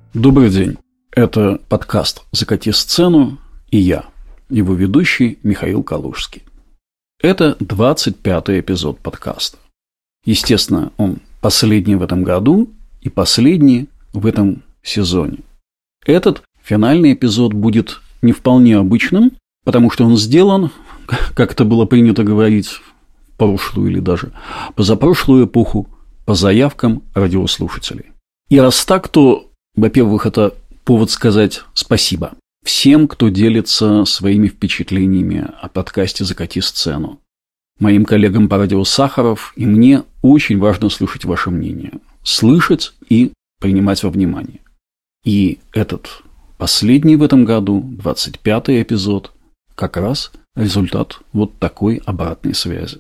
Добрый день. Это подкаст «Закати сцену» и я, его ведущий Михаил Калужский. Это 25-й эпизод подкаста. Естественно, он последний в этом году и последний в этом сезоне. Этот финальный эпизод будет не вполне обычным, потому что он сделан, как это было принято говорить в прошлую или даже позапрошлую эпоху, по заявкам радиослушателей. И раз так, то, во-первых, это повод сказать спасибо всем, кто делится своими впечатлениями о подкасте «Закати сцену». Моим коллегам по радио Сахаров и мне очень важно слышать ваше мнение, слышать и принимать во внимание. И этот последний в этом году, 25-й эпизод, как раз результат вот такой обратной связи.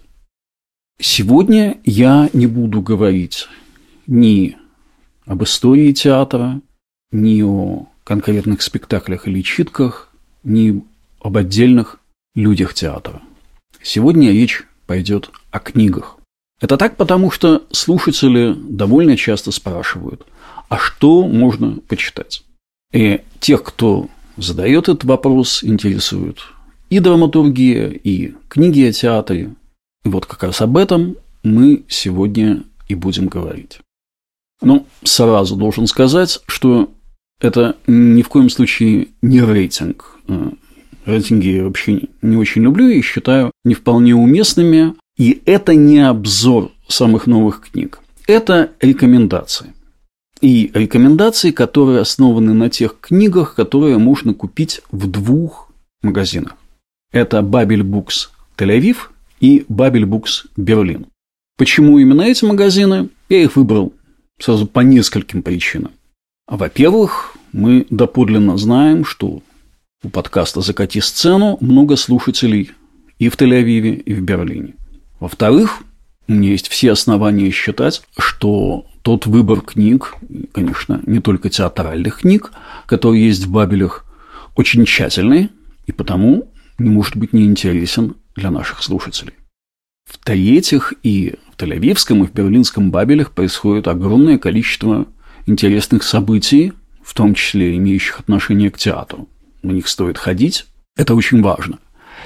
Сегодня я не буду говорить ни об истории театра, ни о конкретных спектаклях или читках, ни об отдельных людях театра. Сегодня речь пойдет о книгах. Это так, потому что слушатели довольно часто спрашивают, а что можно почитать? И тех, кто задает этот вопрос, интересует и драматургия, и книги о театре. И вот как раз об этом мы сегодня и будем говорить. Но сразу должен сказать, что это ни в коем случае не рейтинг. Рейтинги я вообще не очень люблю и считаю не вполне уместными. И это не обзор самых новых книг. Это рекомендации. И рекомендации, которые основаны на тех книгах, которые можно купить в двух магазинах. Это Babel Books Тель-Авив и Babel Books Берлин. Почему именно эти магазины? Я их выбрал сразу по нескольким причинам. Во-первых, мы доподлинно знаем, что у подкаста «Закати сцену» много слушателей и в Тель-Авиве, и в Берлине. Во-вторых, у меня есть все основания считать, что тот выбор книг, конечно, не только театральных книг, которые есть в Бабелях, очень тщательный и потому не может быть неинтересен для наших слушателей. В-третьих, и в Тель-Авивском, и в Берлинском Бабелях происходит огромное количество интересных событий, в том числе имеющих отношение к театру. На них стоит ходить, это очень важно.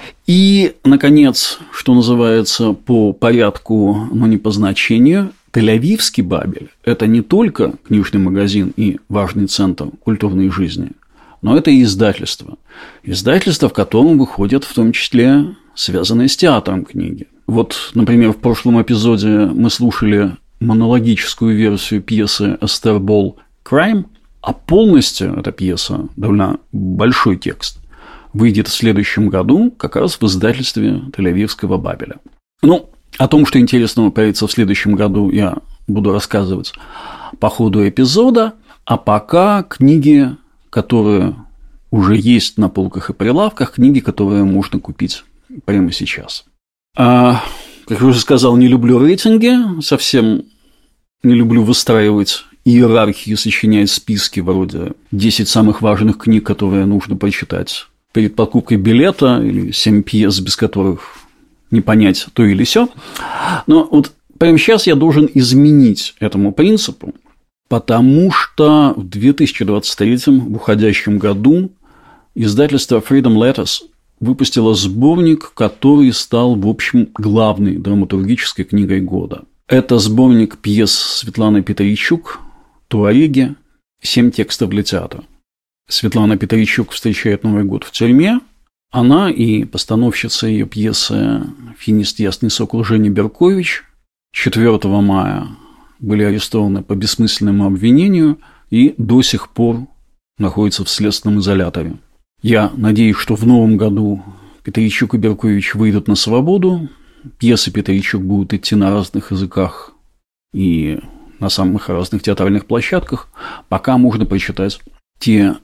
И, наконец, что называется, по порядку, но не по значению, Тель-Авивский Бабель – это не только книжный магазин и важный центр культурной жизни, но это и издательство. Издательство, в котором выходят в том числе связанные с театром книги. Вот, например, в прошлом эпизоде мы слушали монологическую версию пьесы «Эстер Болл Крайм», а полностью эта пьеса, довольно большой текст, выйдет в следующем году как раз в издательстве Тель-Авивского Бабеля. Ну, о том, что интересного появится в следующем году, я буду рассказывать по ходу эпизода, а пока книги, которые уже есть на полках и прилавках, книги, которые можно купить прямо сейчас. Как я уже сказал, не люблю рейтинги, совсем не люблю выстраивать иерархии, сочинять списки вроде 10 самых важных книг, которые нужно прочитать перед покупкой билета, или 7 пьес, без которых не понять то или сё. Но вот прямо сейчас я должен изменить этому принципу, потому что в 2023, в уходящем году, издательство Freedom Letters выпустило сборник, который стал, в общем, главной драматургической книгой года. Это сборник пьес Светланы Петрийчук «Туареги. 7 текстов для театра». Светлана Петрийчук встречает Новый год в тюрьме. Она и постановщица ее пьесы «Финист Ясный Сокол» Женя Беркович 4 мая были арестованы по бессмысленному обвинению и до сих пор находятся в следственном изоляторе. Я надеюсь, что в новом году Петрийчук и Беркович выйдут на свободу. Пьесы Петрийчук будут идти на разных языках и на самых разных театральных площадках. Пока можно прочитать те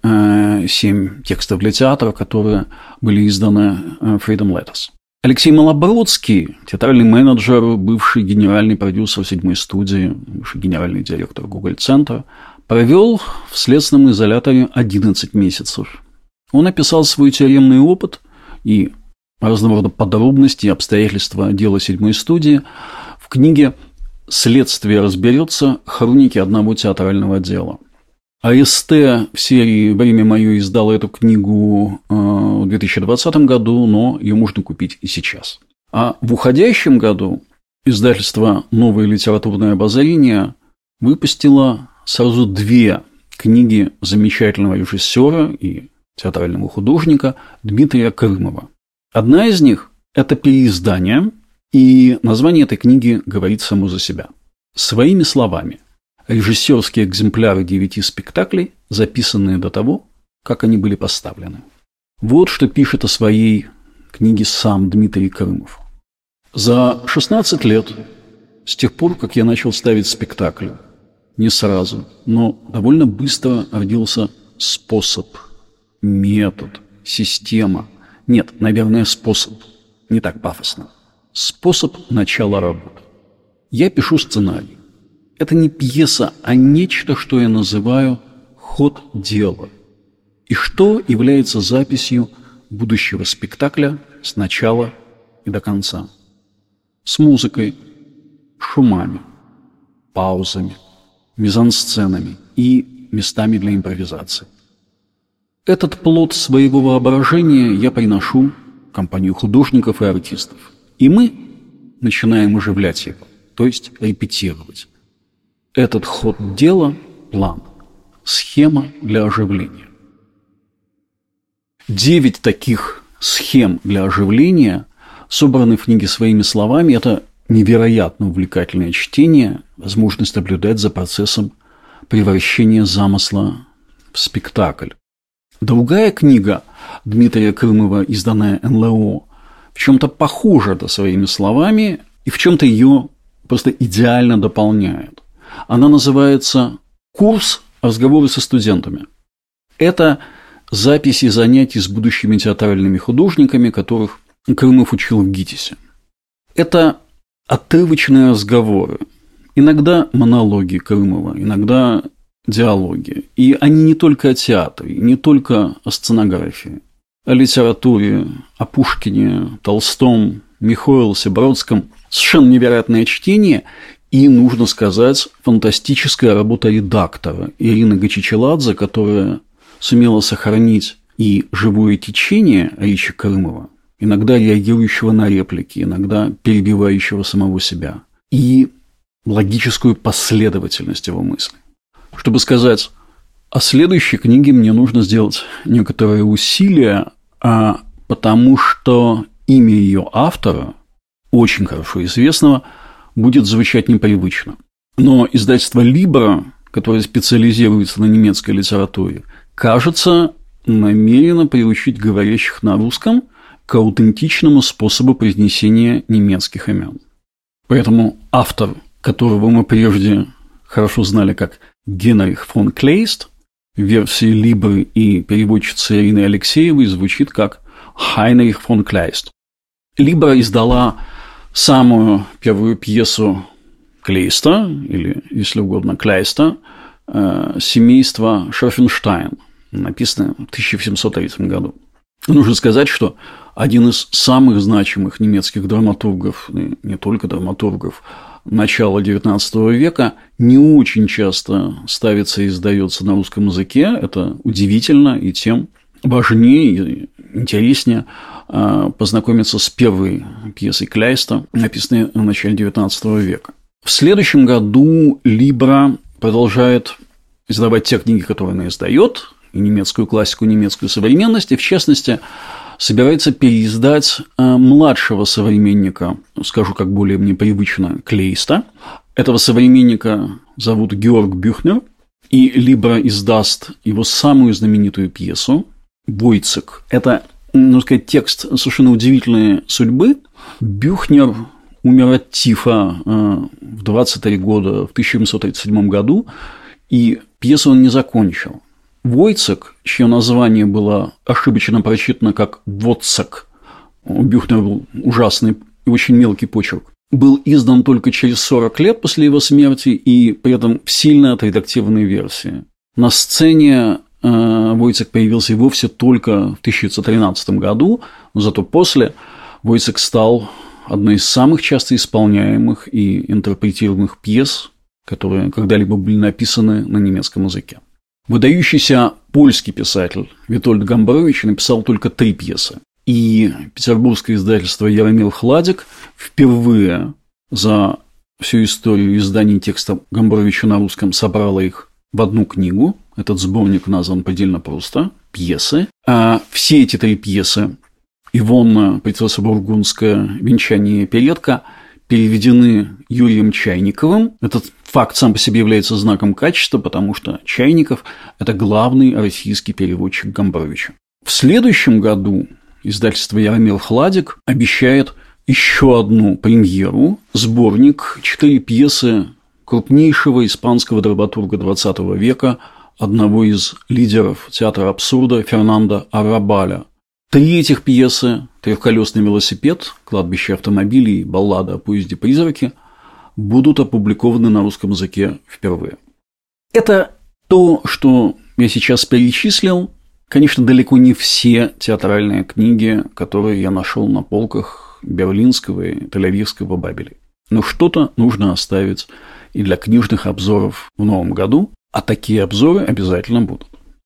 7 текстов для театра, которые были изданы Freedom Letters. Алексей Малобродский, театральный менеджер, бывший генеральный продюсер 7-й студии, бывший генеральный директор Гоголь-центра, провел в следственном изоляторе 11 месяцев. Он описал свой тюремный опыт и разного рода подробности и обстоятельства дела 7-й студии в книге «Следствие разберется. Хроники одного театрального дела». АСТ в серии «Время мое» издала эту книгу в 2020 году, но ее можно купить и сейчас. А в уходящем году издательство «Новое литературное обозрение» выпустило сразу 2 книги замечательного режиссера и театрального художника Дмитрия Крымова. Одна из них – это переиздание, и название этой книги говорит само за себя. Своими словами. Режиссерские экземпляры 9 спектаклей, записанные до того, как они были поставлены. Вот что пишет о своей книге сам Дмитрий Крымов. За 16 лет, с тех пор, как я начал ставить спектакли, не сразу, но довольно быстро родился способ, метод, система. Нет, наверное, способ. Не так пафосно. Способ начала работы. Я пишу сценарий. Это не пьеса, а нечто, что я называю ход дела. И что является записью будущего спектакля с начала и до конца. С музыкой, шумами, паузами, мизансценами и местами для импровизации. Этот плод своего воображения я приношу в компанию художников и артистов. И мы начинаем оживлять его, то есть репетировать. Этот ход дела – план, схема для оживления. 9 таких схем для оживления собраны в книге своими словами. Это невероятно увлекательное чтение, возможность наблюдать за процессом превращения замысла в спектакль. Другая книга Дмитрия Крымова, изданная НЛО, в чем-то похожа своими словами и в чем-то ее просто идеально дополняет. Она называется «Курс. Разговоры со студентами». Это записи занятий с будущими театральными художниками, которых Крымов учил в ГИТИСе. Это отрывочные разговоры, иногда монологи Крымова, иногда диалоги. И они не только о театре, не только о сценографии, о литературе, о Пушкине, Толстом, Михоэлсе, Бродском. Совершенно невероятное чтение. И, нужно сказать, фантастическая работа редактора Ирины Гачичеладзе, которая сумела сохранить и живое течение речи Крымова, иногда реагирующего на реплики, иногда перебивающего самого себя, и логическую последовательность его мыслей. Чтобы сказать о следующей книге, мне нужно сделать некоторые усилия, потому что имя ее автора, очень хорошо известного, будет звучать непривычно. Но издательство «Либра», которое специализируется на немецкой литературе, кажется, намерено приучить говорящих на русском к аутентичному способу произнесения немецких имен. Поэтому автор, которого мы прежде хорошо знали как Генрих фон Клейст, в версии «Либры» и переводчицы Ирины Алексеевой звучит как Хайнрих фон Клейст. «Либра» издала самую первую пьесу Клейста, или, если угодно, Клейста, «Семейство Шерфенштайн», написанное в 1703 году. Нужно сказать, что один из самых значимых немецких драматургов, не только драматургов, начала XIX века не очень часто ставится и издается на русском языке. Это удивительно, и тем важнее и интереснее познакомиться с первой пьесой Клейста, написанной в начале XIX века. В следующем году «Либра» продолжает издавать те книги, которые она издает, и немецкую классику, и немецкую современность, и, в частности, собирается переиздать младшего современника, скажу, как более мне привычно, Клейста. Этого современника зовут Георг Бюхнер, и «Либра» издаст его самую знаменитую пьесу «Войцек». Это, нужно сказать, текст совершенно удивительной судьбы. Бюхнер умер от тифа в 23 года, в 1737 году, и пьесу он не закончил. Войцек, чье название было ошибочно прочитано как «Вотцек», у Бюхнера был ужасный и очень мелкий почерк, был издан только через 40 лет после его смерти и при этом в сильно отредактированной версии. На сцене Войцек появился и вовсе только в 1913 году, но зато после Войцек стал одной из самых часто исполняемых и интерпретируемых пьес, которые когда-либо были написаны на немецком языке. Выдающийся польский писатель Витольд Гамбрович написал только 3 пьесы. И петербургское издательство «Яромил Хладик» впервые за всю историю изданий текста Гамбровича на русском собрало их в одну книгу. Этот сборник назван предельно просто «Пьесы». А все эти 3 пьесы «Ивонна», «Принцесса Бургундская», «Венчание и оперетка» переведены Юрием Чайниковым. Этот факт сам по себе является знаком качества, потому что Чайников – это главный российский переводчик Гамбровича. В следующем году издательство «Яромил Хладик» обещает еще одну премьеру – сборник 4 пьесы крупнейшего испанского драматурга XX века, одного из лидеров театра абсурда Фернандо Аррабаля. 3 этих пьесы «Трехколесный велосипед», «Кладбище автомобилей», «Баллада о поезде-призраке» будут опубликованы на русском языке впервые. Это то, что я сейчас перечислил, конечно, далеко не все театральные книги, которые я нашел на полках берлинского и тель-авивского Бабеля. Но что-то нужно оставить и для книжных обзоров в новом году, а такие обзоры обязательно будут.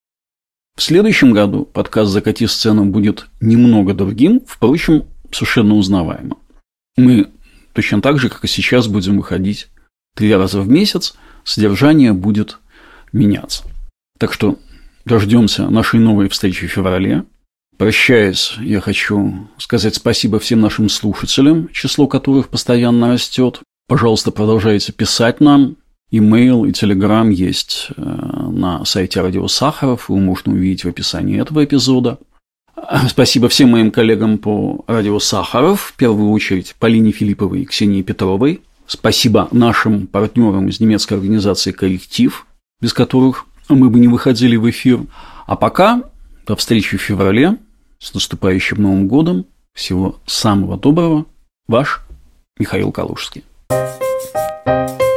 В следующем году подкаст «Закати сцену» будет немного другим, впрочем, совершенно узнаваемым. Мы точно так же, как и сейчас, будем выходить 3 раза в месяц, содержание будет меняться. Так что дождемся нашей новой встречи в феврале. Прощаясь, я хочу сказать спасибо всем нашим слушателям, число которых постоянно растет. Пожалуйста, продолжайте писать нам. Имейл и телеграм есть на сайте Радио Сахаров, его можно увидеть в описании этого эпизода. Спасибо всем моим коллегам по Радио Сахаров, в первую очередь Полине Филипповой и Ксении Петровой. Спасибо нашим партнерам из немецкой организации «Коллектив», без которых мы бы не выходили в эфир. А пока, до встречи в феврале, с наступающим Новым годом, всего самого доброго, ваш Михаил Калужский.